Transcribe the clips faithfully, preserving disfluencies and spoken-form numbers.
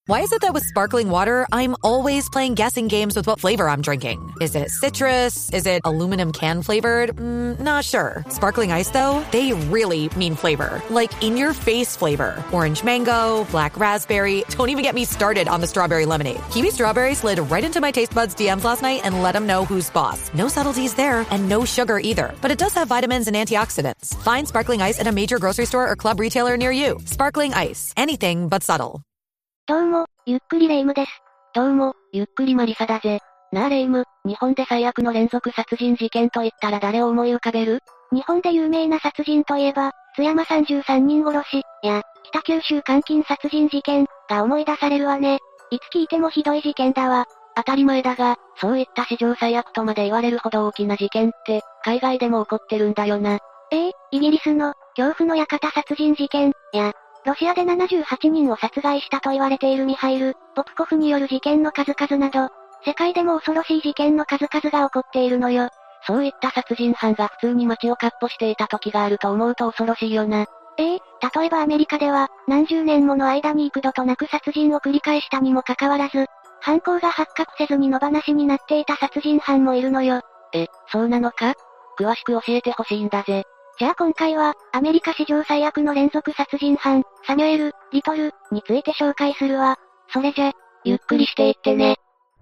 Why is it that with sparkling water, I'm always playing guessing games with what flavor I'm drinking? Is it citrus? Is it aluminum can flavored? Mm, not sure. Sparkling Ice, though, they really mean flavor. Like in-your-face flavor. Orange mango, black raspberry. Don't even get me started on the strawberry lemonade. Kiwi Strawberry slid right into my taste buds D Ms last night and let them know who's boss. No subtleties there, and no sugar either. But it does have vitamins and antioxidants. Find Sparkling Ice at a major grocery store or club retailer near you. Sparkling Ice. Anything but subtle. どうも、ゆっくりレ夢ムです。 どうも、ゆっくりマリサだぜ。なあレ夢ム、日本で最悪の連続殺人事件と言ったら誰を思い浮かべる？ 日本で有名な殺人といえば、津山さんじゅうさんにん殺し、や、北九州監禁殺人事件、が思い出されるわね。いつ聞いてもひどい事件だわ。 当たり前だが、そういった史上最悪とまで言われるほど大きな事件って、海外でも起こってるんだよな。 ええ、イギリスの、恐怖の館殺人事件、や、ロシアでななじゅうはちにんを殺害したと言われているミハイル・ポプコフによる事件の数々など、世界でも恐ろしい事件の数々が起こっているのよ。 そういった殺人犯が普通に街を闊歩していた時があると思うと恐ろしいよな。 ええ、例えばアメリカでは、何十年もの間に幾度となく殺人を繰り返したにもかかわらず、犯行が発覚せずに野放しになっていた殺人犯もいるのよ。 え、そうなのか？詳しく教えてほしいんだぜ。 じゃあ今回は、アメリカ史上最悪の連続殺人犯、サミュエル・リトル、について紹介するわ。それじゃ、 ゆっくりしていってね。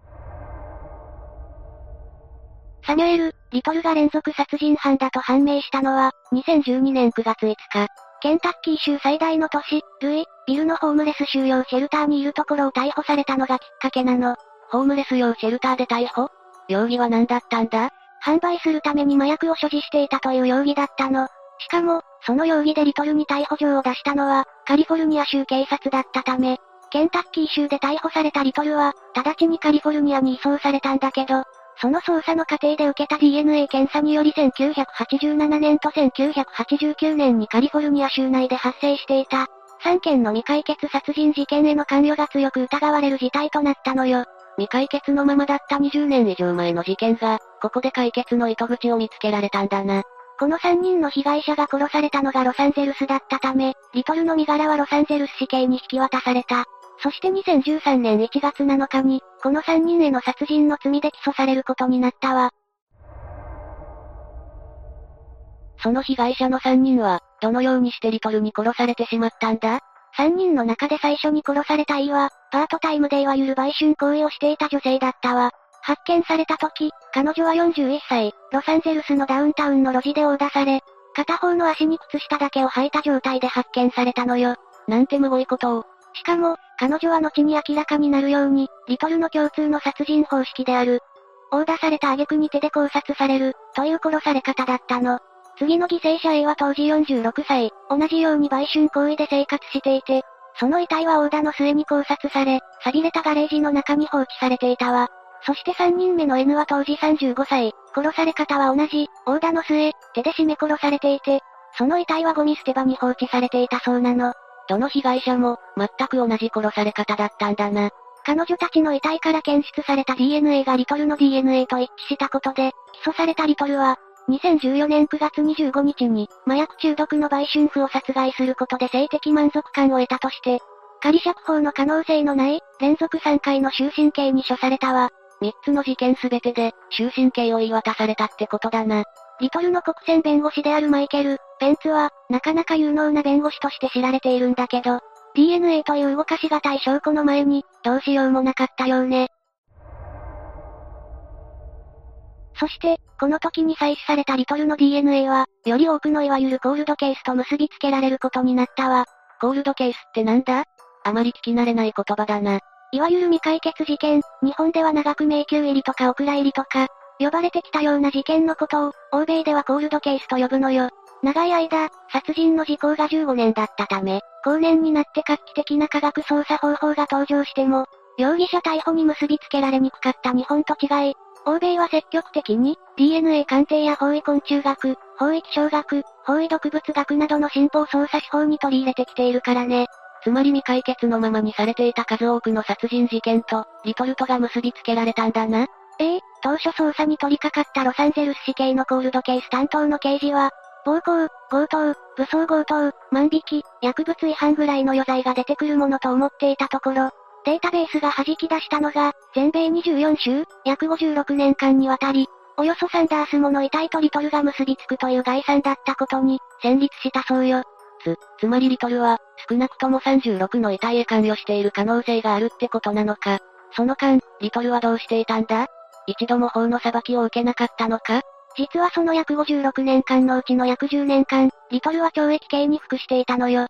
サミュエル・リトルが連続殺人犯だと判明したのは、にせんじゅうにねんくがついつか。ケンタッキー州最大の都市、ルイビルのホームレス収容シェルターにいるところを逮捕されたのがきっかけなの。 ホームレス用シェルターで逮捕？容疑は何だったんだ？ 販売するために麻薬を所持していたという容疑だったの。しかも、その容疑でリトルに逮捕状を出したのは、カリフォルニア州警察だったため、ケンタッキー州で逮捕されたリトルは、直ちにカリフォルニアに移送されたんだけど、その捜査の過程で受けた ディーエヌエー 検査によりせんきゅうひゃくはちじゅうななねんとせんきゅうひゃくはちじゅうきゅうねんにカリフォルニア州内で発生していた、さんけんの未解決殺人事件への関与が強く疑われる事態となったのよ。 未解決のままだったにじゅうねん以上前の事件が、ここで解決の糸口を見つけられたんだな。 このさんにんの被害者が殺されたのがロサンゼルスだったため、リトルの身柄はロサンゼルス市警に引き渡された。そしてにせんじゅうさんねんいちがつなのかに、このさんにんへの殺人の罪で起訴されることになったわ。 その被害者のさんにんは、どのようにしてリトルに殺されてしまったんだ？ さんにんの中で最初に殺されたイは、パートタイムでいわゆる売春行為をしていた女性だったわ。発見された時、彼女はよんじゅういっさい、ロサンゼルスのダウンタウンの路地で殴打され、片方の足に靴下だけを履いた状態で発見されたのよ。 なんてむごいことを。 しかも、彼女は後に明らかになるように、リトルの共通の殺人方式である。殴打された挙句に手で絞殺される、という殺され方だったの。次の犠牲者 A は当時よんじゅうろくさい、同じように売春行為で生活していて、その遺体は殴打の末に絞殺され、錆びれたガレージの中に放置されていたわ。そしてさんにんめの N は当時さんじゅうごさい、殺され方は同じ、殴打の末、手で絞め殺されていて、その遺体はゴミ捨て場に放置されていたそうなの。 どの被害者も、全く同じ殺され方だったんだな。 彼女たちの遺体から検出された ディーエヌエー がリトルの ディーエヌエー と一致したことで、起訴されたリトルは、にせんじゅうよねんくがつにじゅうごにちに、麻薬中毒の売春婦を殺害することで性的満足感を得たとして、仮釈放の可能性のない、連続さんかいの終身刑に処されたわ。 みっつの事件すべてで、終身刑を言い渡されたってことだな。 リトルの国選弁護士であるマイケル・ペンツは、なかなか有能な弁護士として知られているんだけど、ディーエヌエー という動かしがたい証拠の前に、どうしようもなかったようね。そして、この時に採取されたリトルの ディーエヌエー は、より多くのいわゆるコールドケースと結びつけられることになったわ。 コールドケースってなんだ？あまり聞き慣れない言葉だな。 いわゆる未解決事件、日本では長く迷宮入りとかお蔵入りとか、呼ばれてきたような事件のことを、欧米ではコールドケースと呼ぶのよ。長い間、殺人の時効がじゅうごねんだったため、後年になって画期的な科学捜査方法が登場しても、容疑者逮捕に結びつけられにくかった日本と違い、欧米は積極的に、ディーエヌエー 鑑定や法医昆虫学、法医気象学、法医毒物学などの進歩を捜査手法に取り入れてきているからね。 つまり未解決のままにされていた数多くの殺人事件と、リトルトが結びつけられたんだな。 ええ、当初捜査に取り掛かったロサンゼルス市警のコールドケース担当の刑事は、暴行、強盗、武装強盗、万引き、薬物違反ぐらいの余罪が出てくるものと思っていたところ、 データベースが弾き出したのが、全米にじゅうよん州、約ごじゅうろくねんかんにわたり、およそサンダースもの遺体とリトルが結びつくという概算だったことに、戦慄したそうよ。 つ、つまりリトルは、少なくともさんじゅうろくの遺体へ関与している可能性があるってことなのか。その間、リトルはどうしていたんだ？一度も法の裁きを受けなかったのか？ 実はその約ごじゅうろくねんかんのうちの約じゅうねんかん、リトルは懲役刑に服していたのよ。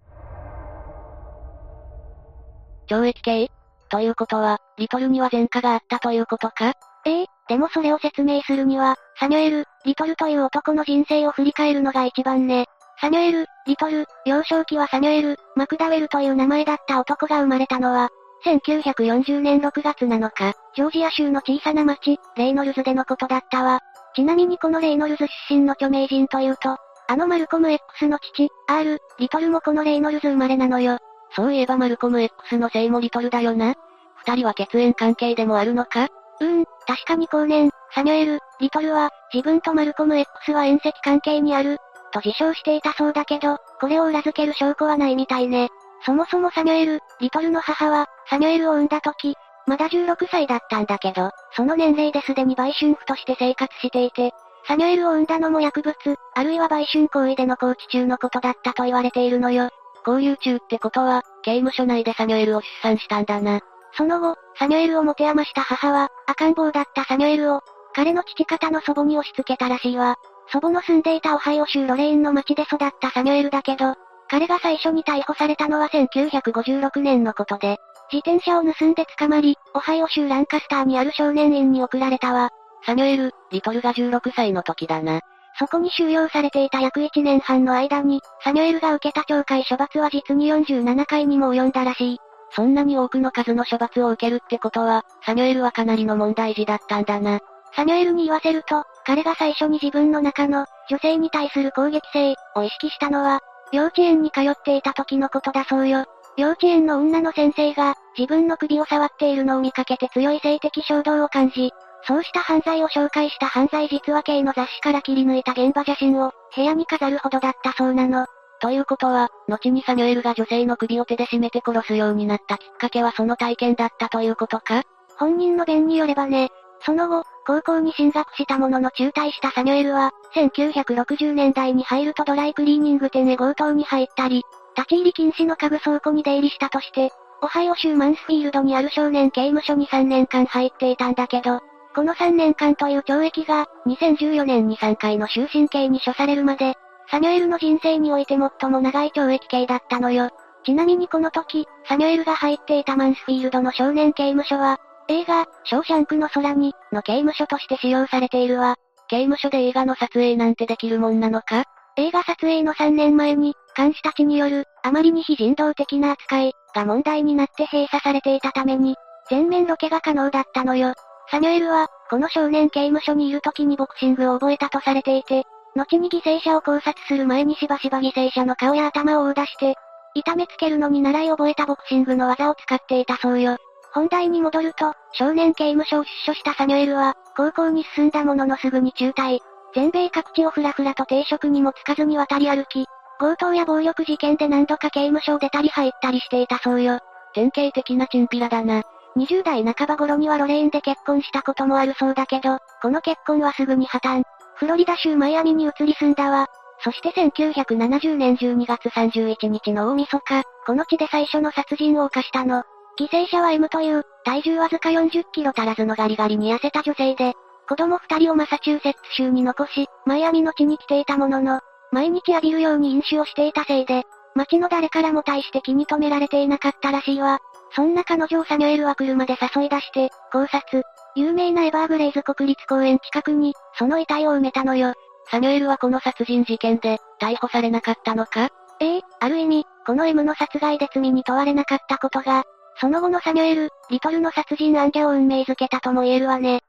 懲役刑？ということは、リトルには前科があったということか？ ええ、でもそれを説明するには、サミュエル、リトルという男の人生を振り返るのが一番ね。サミュエル、リトル、幼少期はサミュエル、マクダウェルという名前だった男が生まれたのは、せんきゅうひゃくよんじゅうねんろくがつなのか、ジョージア州の小さな町、レイノルズでのことだったわ。ちなみにこのレイノルズ出身の著名人というと、あのマルコム X の父、R、リトルもこのレイノルズ生まれなのよ。 そういえばマルコム X の姓もリトルだよな。二人は血縁関係でもあるのか？ うーん、確かに後年、サミュエル、リトルは、自分とマルコム X は縁戚関係にある、と自称していたそうだけど、これを裏付ける証拠はないみたいね。そもそもサミュエル、リトルの母は、サミュエルを産んだ時、まだじゅうろくさいだったんだけど、その年齢ですでに売春婦として生活していて、サミュエルを産んだのも薬物、あるいは売春行為での拘置中のことだったと言われているのよ。 拘留中ってことは、刑務所内でサミュエルを出産したんだな。 その後、サミュエルを持て余した母は、赤ん坊だったサミュエルを、彼の父方の祖母に押し付けたらしいわ。祖母の住んでいたオハイオ州ロレーンの町で育ったサミュエルだけど、彼が最初に逮捕されたのはせんきゅうひゃくごじゅうろくねんのことで、自転車を盗んで捕まり、オハイオ州ランカスターにある少年院に送られたわ。 サミュエル、リトルがじゅうろくさいの時だな。 そこに収容されていた約いちねんはんの間に、サミュエルが受けた懲戒処罰は実によんじゅうななかいにも及んだらしい。 そんなに多くの数の処罰を受けるってことは、サミュエルはかなりの問題児だったんだな。 サミュエルに言わせると、彼が最初に自分の中の、女性に対する攻撃性、を意識したのは、幼稚園に通っていた時のことだそうよ。幼稚園の女の先生が、自分の首を触っているのを見かけて強い性的衝動を感じ、そうした犯罪を紹介した犯罪実話系の雑誌から切り抜いた現場写真を、部屋に飾るほどだったそうなの。 ということは、後にサミュエルが女性の首を手で絞めて殺すようになったきっかけはその体験だったということか？ 本人の弁によればね。その後、高校に進学したものの中退したサミュエルは、せんきゅうひゃくろくじゅうねんだいに入るとドライクリーニング店へ強盗に入ったり、立ち入り禁止の家具倉庫に出入りしたとして、オハイオ州マンスフィールドにある少年刑務所にさんねんかん入っていたんだけど、このさんねんかんという懲役が、にせんじゅうよねんにさんかいの終身刑に処されるまで、サミュエルの人生において最も長い懲役刑だったのよ。ちなみにこの時、サミュエルが入っていたマンスフィールドの少年刑務所は、映画、ショーシャンクの空に、の刑務所として使用されているわ。 刑務所で映画の撮影なんてできるもんなのか？ 映画撮影のさんねんまえに、監視たちによる、あまりに非人道的な扱い、が問題になって閉鎖されていたために、全面ロケが可能だったのよ。サミュエルは、この少年刑務所にいる時にボクシングを覚えたとされていて、後に犠牲者を考察する前にしばしば犠牲者の顔や頭を殴打して、痛めつけるのに習い覚えたボクシングの技を使っていたそうよ。本題に戻ると、少年刑務所を出所したサミュエルは、高校に進んだもののすぐに中退。全米各地をふらふらと定職にもつかずに渡り歩き、強盗や暴力事件で何度か刑務所を出たり入ったりしていたそうよ。 典型的なチンピラだな。 にじゅうだいなかば頃にはロレーンで結婚したこともあるそうだけど、この結婚はすぐに破綻。フロリダ州マイアミに移り住んだわ。そしてせんきゅうひゃくななじゅうねんじゅうにがつさんじゅういちにちの大晦日、この地で最初の殺人を犯したの。犠牲者は M という、体重わずかよんじゅっキロ足らずのガリガリに痩せた女性で、子供ふたりをマサチューセッツ州に残し、マイアミの地に来ていたものの、毎日浴びるように飲酒をしていたせいで、街の誰からも大して気に留められていなかったらしいわ。そんな彼女をサミュエルは車で誘い出して、考察。有名なエバーグレイズ国立公園近くに、その遺体を埋めたのよ。 サミュエルはこの殺人事件で、逮捕されなかったのか？ ええ、ある意味、この M の殺害で罪に問われなかったことが、その後のサミュエル、リトルの殺人案件を運命づけたとも言えるわね。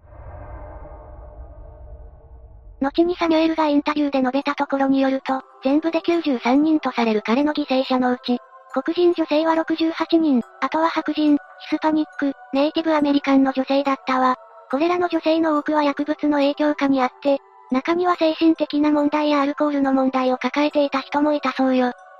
後にサミュエルがインタビューで述べたところによると、全部できゅうじゅうさんにんとされる彼の犠牲者のうち、黒人女性はろくじゅうはちにん、あとは白人、ヒスパニック、ネイティブアメリカンの女性だったわ。これらの女性の多くは薬物の影響下にあって、中には精神的な問題やアルコールの問題を抱えていた人もいたそうよ。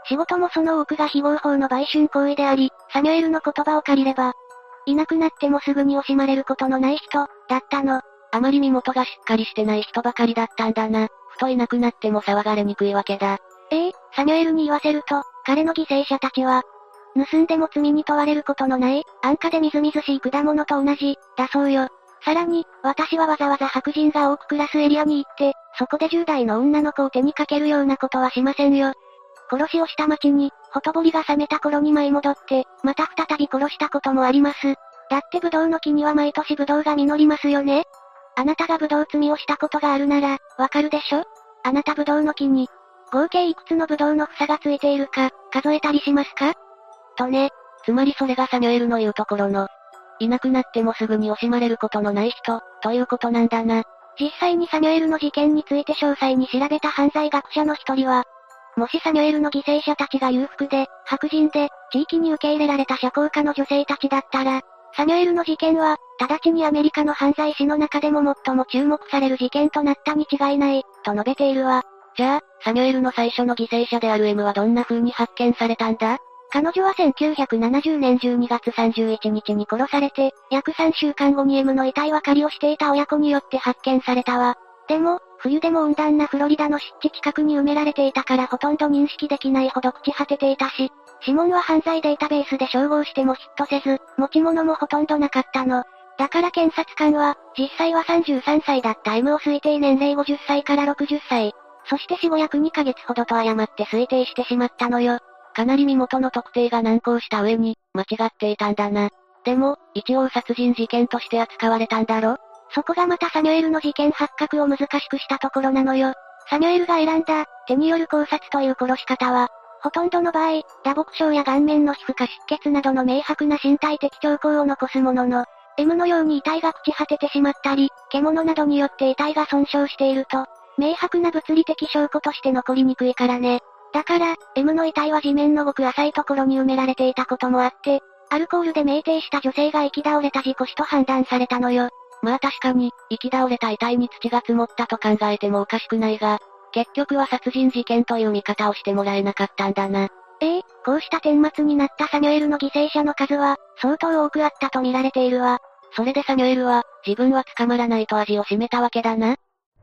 仕事もその多くが非合法の売春行為であり、サミュエルの言葉を借りれば、いなくなってもすぐに惜しまれることのない人、だったの。 あまり身元がしっかりしてない人ばかりだったんだな。ふといなくなっても騒がれにくいわけだ。 ええ、サミュエルに言わせると、彼の犠牲者たちは、盗んでも罪に問われることのない、安価でみずみずしい果物と同じ、だそうよ。さらに、私はわざわざ白人が多く暮らすエリアに行って、そこでじゅう代の女の子を手にかけるようなことはしませんよ。殺しをした町に、ほとぼりが冷めた頃に舞い戻って、また再び殺したこともあります。だってブドウの木には毎年ブドウが実りますよね。あなたがブドウ摘みをしたことがあるなら、わかるでしょ？あなたブドウの木に、合計いくつのブドウの房がついているか、数えたりしますか？とね。 つまりそれがサミュエルの言うところの、いなくなってもすぐに惜しまれることのない人、ということなんだな。 実際にサミュエルの事件について詳細に調べた犯罪学者の一人は、もしサミュエルの犠牲者たちが裕福で、白人で、地域に受け入れられた社交家の女性たちだったら、サミュエルの事件は、直ちにアメリカの犯罪史の中でも最も注目される事件となったに違いない、と述べているわ。 じゃあ、サミュエルの最初の犠牲者である M はどんな風に発見されたんだ？ 彼女はせんきゅうひゃくななじゅうねんじゅうにがつさんじゅういちにちに殺されて、約さんしゅうかんごに M の遺体は狩りをしていた親子によって発見されたわ。でも、冬でも温暖なフロリダの湿地近くに埋められていたからほとんど認識できないほど朽ち果てていたし、指紋は犯罪データベースで照合してもヒットせず、持ち物もほとんどなかったの。だから検察官は、実際はさんじゅうさんさいだった M を推定年齢ごじゅっさいからろくじゅっさい。そして死後約にかげつほどと誤って推定してしまったのよ。 かなり身元の特定が難航した上に、間違っていたんだな。でも、一応殺人事件として扱われたんだろ？ そこがまたサミュエルの事件発覚を難しくしたところなのよ。サミュエルが選んだ、手による絞殺という殺し方は、ほとんどの場合、打撲傷や顔面の皮膚下出血などの明白な身体的兆候を残すものの、M のように遺体が朽ち果ててしまったり、獣などによって遺体が損傷していると、明白な物理的証拠として残りにくいからね。だから、M の遺体は地面のごく浅いところに埋められていたこともあって、アルコールで酩酊した女性が生き倒れた事故死と判断されたのよ。 まあ確かに、生き倒れた遺体に土が積もったと考えてもおかしくないが、結局は殺人事件という見方をしてもらえなかったんだな。 ええ、こうした顛末になったサミュエルの犠牲者の数は、相当多くあったと見られているわ。 それでサミュエルは、自分は捕まらないと味を占めたわけだな。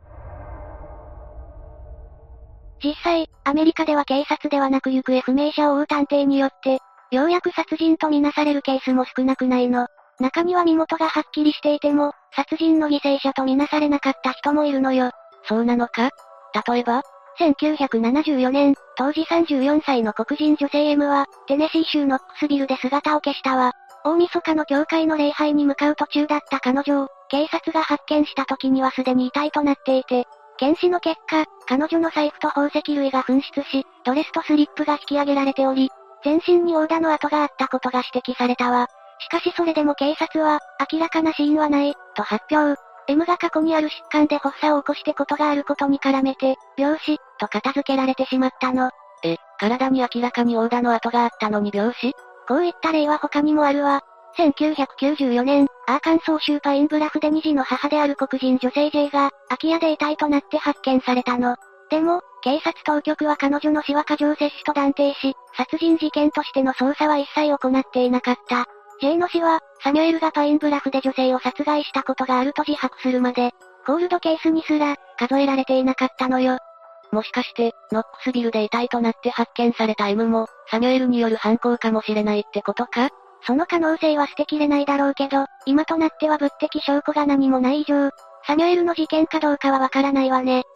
実際、アメリカでは警察ではなく行方不明者を追う探偵によって、ようやく殺人とみなされるケースも少なくないの。中には身元がはっきりしていても、殺人の犠牲者とみなされなかった人もいるのよ。 そうなのか？例えば？ せんきゅうひゃくななじゅうよねん、当時さんじゅうよんさいの黒人女性 M は、テネシー州ノックスビルで姿を消したわ。大晦日の教会の礼拝に向かう途中だった彼女を、警察が発見した時にはすでに遺体となっていて、検視の結果、彼女の財布と宝石類が紛失し、ドレスとスリップが引き上げられており、全身に殴打の跡があったことが指摘されたわ。しかしそれでも警察は、明らかな死因はない、と発表。M が過去にある疾患で発作を起こしてことがあることに絡めて、病死、と片付けられてしまったの。 え、体に明らかに殴打の跡があったのに病死？ こういった例は他にもあるわ。せんきゅうひゃくきゅうじゅうよねん、アーカンソー州パインブラフでに児の母である黒人女性 J が、空き家で遺体となって発見されたの。でも、警察当局は彼女の死は過剰摂取と断定し、殺人事件としての捜査は一切行っていなかった。J の死は、サミュエルがパインブラフで女性を殺害したことがあると自白するまで、コールドケースにすら、数えられていなかったのよ。 もしかして、ノックスビルで遺体となって発見された M も、サミュエルによる犯行かもしれないってことか？ その可能性は捨てきれないだろうけど、今となっては物的証拠が何もない以上、サミュエルの事件かどうかはわからないわね。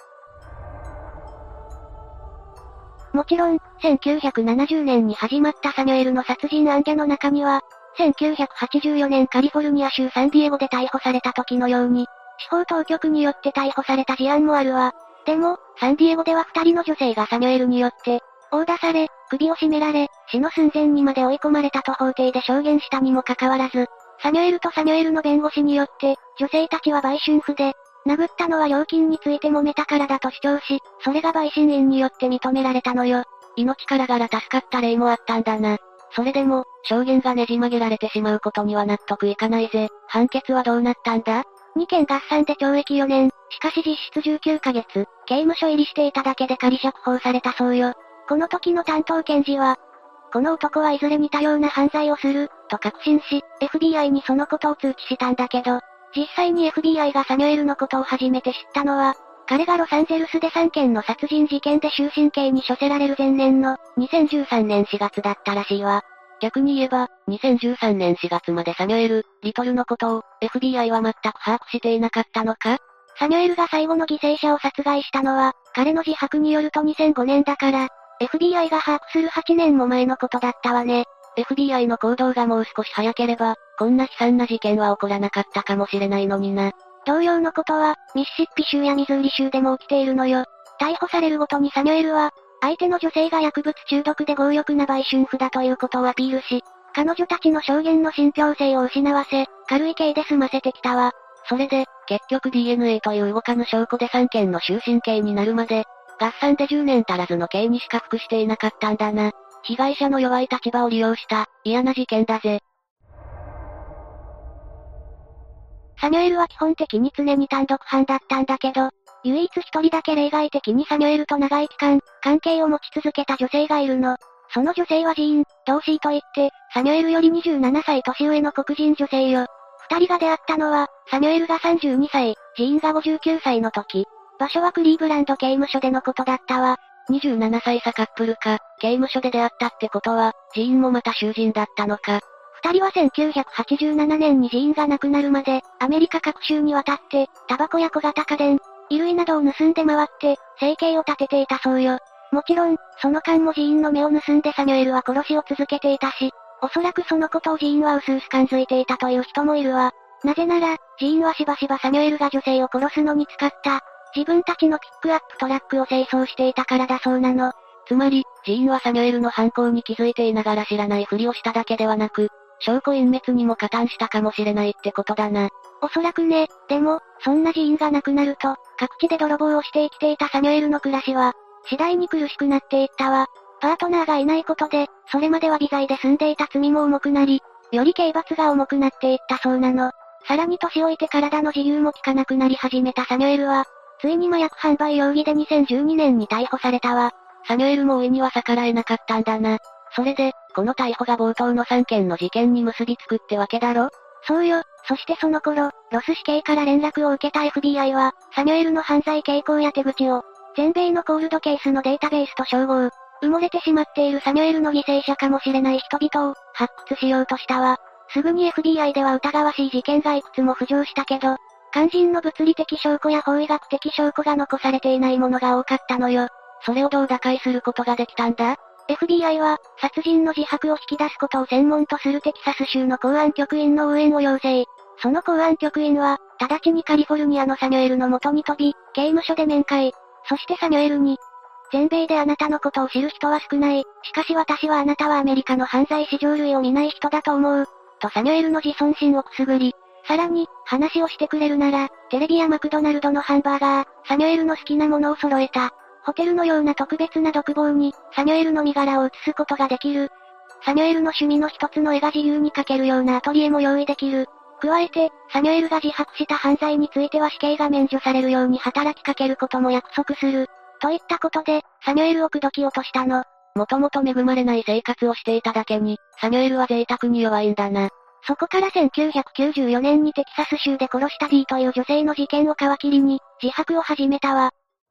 もちろん、せんきゅうひゃくななじゅうねんに始まったサミュエルの殺人案件の中には、せんきゅうひゃくはちじゅうよねんカリフォルニア州サンディエゴで逮捕された時のように、司法当局によって逮捕された事案もあるわ。でも、サンディエゴでは二人の女性がサミュエルによって、殴打され、首を絞められ、死の寸前にまで追い込まれたと法廷で証言したにもかかわらず、サミュエルとサミュエルの弁護士によって、女性たちは売春婦で、殴ったのは料金について揉めたからだと主張し、それが陪審員によって認められたのよ。 命からがら助かった例もあったんだな。それでも、証言がねじ曲げられてしまうことには納得いかないぜ。判決はどうなったんだ？ にけん合算で懲役よねん、しかし実質じゅうきゅうかげつ、刑務所入りしていただけで仮釈放されたそうよ。 この時の担当検事は、この男はいずれ似たような犯罪をする、と確信し、エフビーアイ にそのことを通知したんだけど、実際に エフビーアイ がサミュエルのことを初めて知ったのは、彼がロサンゼルスでさんけんの殺人事件で終身刑に処せられる前年のにせんじゅうさんねんしがつだったらしいわ。 逆に言えば、にせんじゅうさんねんしがつまでサミュエル、リトルのことを、エフビーアイ は全く把握していなかったのか？ サミュエルが最後の犠牲者を殺害したのは、彼の自白によるとにせんごねんだから、エフビーアイ が把握するはちねんも前のことだったわね。 エフビーアイ の行動がもう少し早ければ、こんな悲惨な事件は起こらなかったかもしれないのにな。 同様のことは、ミシシッピ州やミズーリ州でも起きているのよ。逮捕されるごとにサミュエルは、相手の女性が薬物中毒で強欲な売春婦だということをアピールし、彼女たちの証言の信憑性を失わせ、軽い刑で済ませてきたわ。 それで、結局 ディーエヌエー という動かぬ証拠でさんけんの終身刑になるまで、合算でじゅうねん足らずの刑にしか服していなかったんだな。被害者の弱い立場を利用した、嫌な事件だぜ。 サミュエルは基本的に常に単独犯だったんだけど、唯一一人だけ例外的にサミュエルと長い期間、関係を持ち続けた女性がいるの。その女性はジーン、ドーシーといって、サミュエルよりにじゅうななさい年上の黒人女性よ。二人が出会ったのは、サミュエルがさんじゅうにさい、ジーンがごじゅうきゅうさいの時。場所はクリーブランド刑務所でのことだったわ。 にじゅうななさい差カップルか、刑務所で出会ったってことは、ジーンもまた囚人だったのか。 二人はせんきゅうひゃくはちじゅうななねんにジーンが亡くなるまで、アメリカ各州にわたって、タバコや小型家電、衣類などを盗んで回って、生計を立てていたそうよ。もちろん、その間もジーンの目を盗んでサミュエルは殺しを続けていたし、おそらくそのことをジーンは薄々感づいていたという人もいるわ。なぜなら、ジーンはしばしばサミュエルが女性を殺すのに使った、自分たちのピックアップトラックを清掃していたからだそうなの。 つまり、ジーンはサミュエルの犯行に気づいていながら知らないふりをしただけではなく、証拠隠滅にも加担したかもしれないってことだな。 おそらくね、でも、そんなジーンが亡くなると、各地で泥棒をして生きていたサミュエルの暮らしは、次第に苦しくなっていったわ。パートナーがいないことで、それまでは微罪で済んでいた罪も重くなり、より刑罰が重くなっていったそうなの。さらに年老いて体の自由も利かなくなり始めたサミュエルは、ついに麻薬販売容疑でにせんじゅうにねんに逮捕されたわ。 サミュエルも上には逆らえなかったんだな。それで、この逮捕が冒頭のさんけんの事件に結びつくってわけだろ？ そうよ。そしてその頃、ロス市警から連絡を受けた エフビーアイ は、サミュエルの犯罪傾向や手口を、全米のコールドケースのデータベースと照合。埋もれてしまっているサミュエルの犠牲者かもしれない人々を、発掘しようとしたわ。すぐに エフビーアイ では疑わしい事件がいくつも浮上したけど、肝心の物理的証拠や法医学的証拠が残されていないものが多かったのよ。 それをどう打開することができたんだ？ エフビーアイ は、殺人の自白を引き出すことを専門とするテキサス州の公安局員の応援を要請。その公安局員は、直ちにカリフォルニアのサミュエルの元に飛び、刑務所で面会。そしてサミュエルに、全米であなたのことを知る人は少ない。しかし私はあなたはアメリカの犯罪史上類を見ない人だと思う。とサミュエルの自尊心をくすぐり、さらに、話をしてくれるなら、テレビやマクドナルドのハンバーガー、サミュエルの好きなものを揃えた。ホテルのような特別な独房に、サミュエルの身柄を移すことができる。サミュエルの趣味の一つの絵が自由に描けるようなアトリエも用意できる。加えて、サミュエルが自白した犯罪については死刑が免除されるように働きかけることも約束する。といったことで、サミュエルを口説き落としたの。 もともと恵まれない生活をしていただけに、サミュエルは贅沢に弱いんだな。 そこからせんきゅうひゃくきゅうじゅうよねんにテキサス州で殺した D という女性の事件を皮切りに、自白を始めたわ。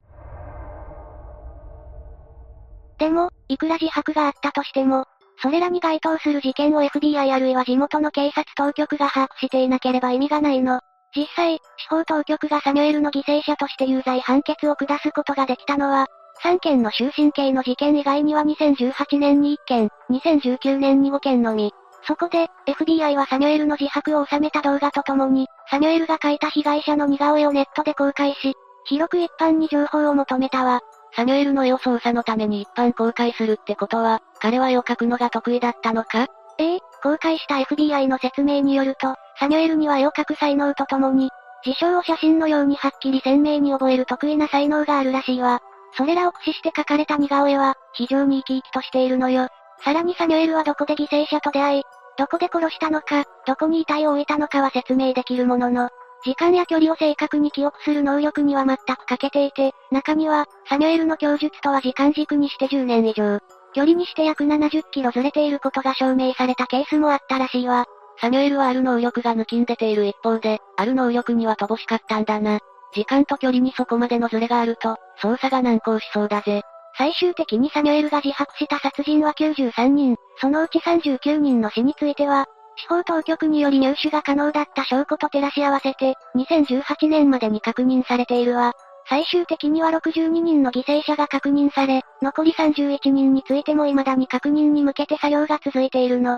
でも、いくら自白があったとしても、それらに該当する事件を エフビーアイ あるいは地元の警察当局が把握していなければ意味がないの。実際、司法当局がサミュエルの犠牲者として有罪判決を下すことができたのは、さんけんの終身刑の事件以外にはにせんじゅうはちねんにいっけん、にせんじゅうきゅうねんにごけんのみ。そこで、エフビーアイ はサミュエルの自白を収めた動画とともに、サミュエルが描いた被害者の似顔絵をネットで公開し、広く一般に情報を求めたわ。 サミュエルの絵を捜査のために一般公開するってことは、彼は絵を描くのが得意だったのか？ ええ、公開した エフビーアイ の説明によると、サミュエルには絵を描く才能とともに、事象を写真のようにはっきり鮮明に覚える得意な才能があるらしいわ。それらを駆使して描かれた似顔絵は、非常に生き生きとしているのよ。さらにサミュエルはどこで犠牲者と出会い、どこで殺したのか、どこに遺体を置いたのかは説明できるものの、時間や距離を正確に記憶する能力には全く欠けていて、 中には、サミュエルの供述とは時間軸にしてじゅうねん以上、距離にして約ななじゅっキロずれていることが証明されたケースもあったらしいわ。 サミュエルはある能力が抜きん出ている一方で、ある能力には乏しかったんだな。時間と距離にそこまでのズレがあると、捜査が難航しそうだぜ。 最終的にサミュエルが自白した殺人はきゅうじゅうさんにん、そのうちさんじゅうきゅうにんの死については、司法当局により入手が可能だった証拠と照らし合わせて、にせんじゅうはちねんまでに確認されているわ。最終的にはろくじゅうににんの犠牲者が確認され、残りさんじゅういちにんについても未だに確認に向けて作業が続いているの。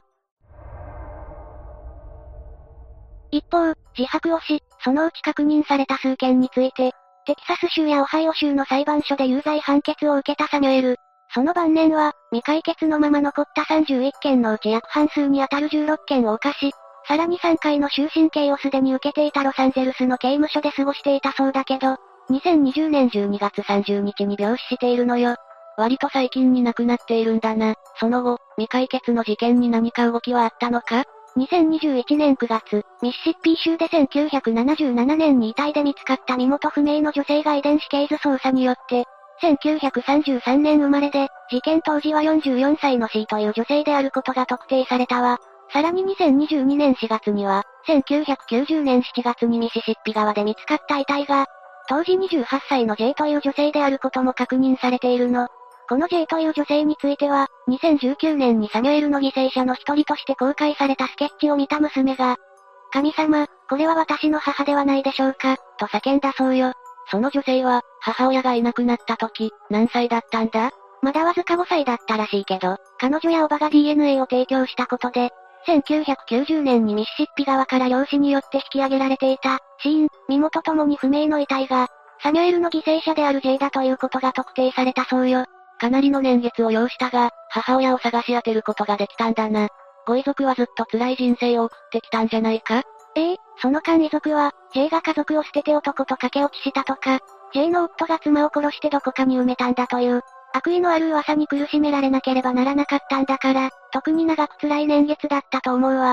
一方、自白をし、そのうち確認された数件について、テキサス州やオハイオ州の裁判所で有罪判決を受けたサミュエル。その晩年は、未解決のまま残ったさんじゅういっけんのうち約半数にあたるじゅうろっけんを犯し、さらにさんかいの終身刑をすでに受けていたロサンゼルスの刑務所で過ごしていたそうだけど、にせんにじゅうねんじゅうにがつさんじゅうにちに病死しているのよ。 割と最近に亡くなっているんだな。その後、未解決の事件に何か動きはあったのか？ にせんにじゅういちねんくがつ、ミシシッピー州でせんきゅうひゃくななじゅうななねんに遺体で見つかった身元不明の女性が遺伝子系図操作によって、せんきゅうひゃくさんじゅうさんねん生まれで、事件当時はよんじゅうよんさいの C という女性であることが特定されたわ。さらににせんにじゅうにねんしがつには、せんきゅうひゃくきゅうじゅうねんしちがつにミシシッピ川で見つかった遺体が、当時にじゅうはっさいの J という女性であることも確認されているの。この J という女性については、にせんじゅうきゅうねんにサミュエルの犠牲者の一人として公開されたスケッチを見た娘が、神様、これは私の母ではないでしょうか、と叫んだそうよ。 その女性は、母親がいなくなった時、何歳だったんだ？ まだわずかごさいだったらしいけど、彼女や叔母が ディーエヌエー を提供したことで、せんきゅうひゃくきゅうじゅうねんにミシシッピ川から漁師によって引き上げられていた、死因、身元ともに不明の遺体が、サミュエルの犠牲者である J だということが特定されたそうよ。 かなりの年月を要したが、母親を探し当てることができたんだな。ご遺族はずっと辛い人生を送ってきたんじゃないか？ ええ、その間遺族は、J が家族を捨てて男と駆け落ちしたとか、J の夫が妻を殺してどこかに埋めたんだという、悪意のある噂に苦しめられなければならなかったんだから、特に長く辛い年月だったと思うわ。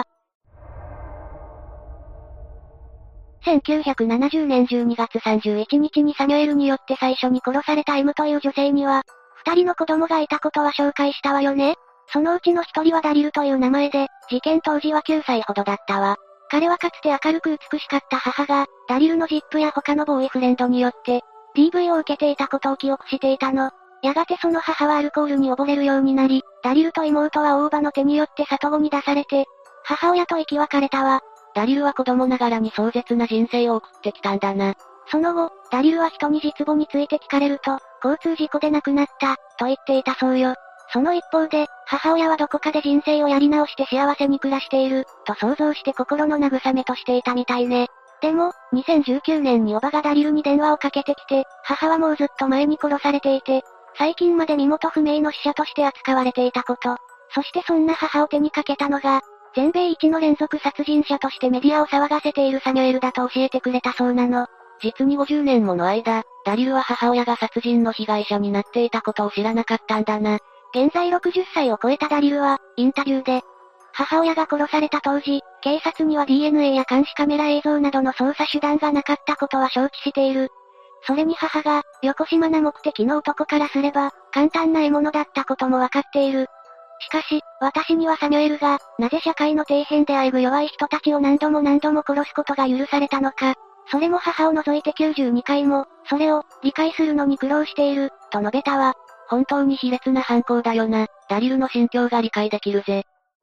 せんきゅうひゃくななじゅうねんじゅうにがつさんじゅういちにちにサミュエルによって最初に殺された M という女性には、二人の子供がいたことは紹介したわよね。そのうちの一人はダリルという名前で、事件当時はきゅうさいほどだったわ。彼はかつて明るく美しかった母が、ダリルのジップや他のボーイフレンドによって、ディーブイ を受けていたことを記憶していたの。やがてその母はアルコールに溺れるようになり、ダリルと妹は大叔母の手によって里子に出されて、母親と生き別れたわ。 ダリルは子供ながらに壮絶な人生を送ってきたんだな。 その後、ダリルは人に実母について聞かれると、交通事故で亡くなった、と言っていたそうよ。その一方で、母親はどこかで人生をやり直して幸せに暮らしている、と想像して心の慰めとしていたみたいね。でも、にせんじゅうきゅうねんに叔母がダリルに電話をかけてきて、母はもうずっと前に殺されていて、最近まで身元不明の死者として扱われていたこと。そしてそんな母を手にかけたのが、全米一の連続殺人者としてメディアを騒がせているサミュエルだと教えてくれたそうなの。 実にごじゅうねんもの間、ダリルは母親が殺人の被害者になっていたことを知らなかったんだな。 現在ろくじゅっさいを超えたダリルは、インタビューで、母親が殺された当時、警察には ディーエヌエー や監視カメラ映像などの捜査手段がなかったことは承知している。それに母が、よこしまな目的の男からすれば、簡単な獲物だったこともわかっている。しかし、私にはサミュエルが、なぜ社会の底辺であえぐ弱い人たちを何度も何度も殺すことが許されたのか、それも母を除いてきゅうじゅうにかいも、それを、理解するのに苦労している、と述べたわ。 本当に卑劣な犯行だよな。ダリルの心境が理解できるぜ。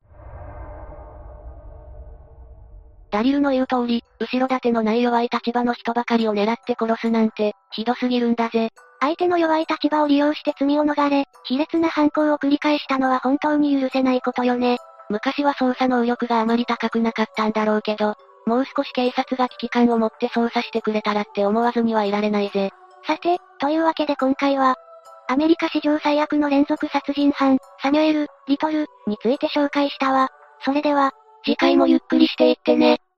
ダリルの言う通り、後ろ盾のない弱い立場の人ばかりを狙って殺すなんて、ひどすぎるんだぜ。 相手の弱い立場を利用して罪を逃れ、卑劣な犯行を繰り返したのは本当に許せないことよね。 昔は捜査能力があまり高くなかったんだろうけど、もう少し警察が危機感を持って捜査してくれたらって思わずにはいられないぜ。 さて、というわけで今回は、アメリカ史上最悪の連続殺人犯、サミュエル・リトルについて紹介したわ。それでは、 次回もゆっくりしていってね。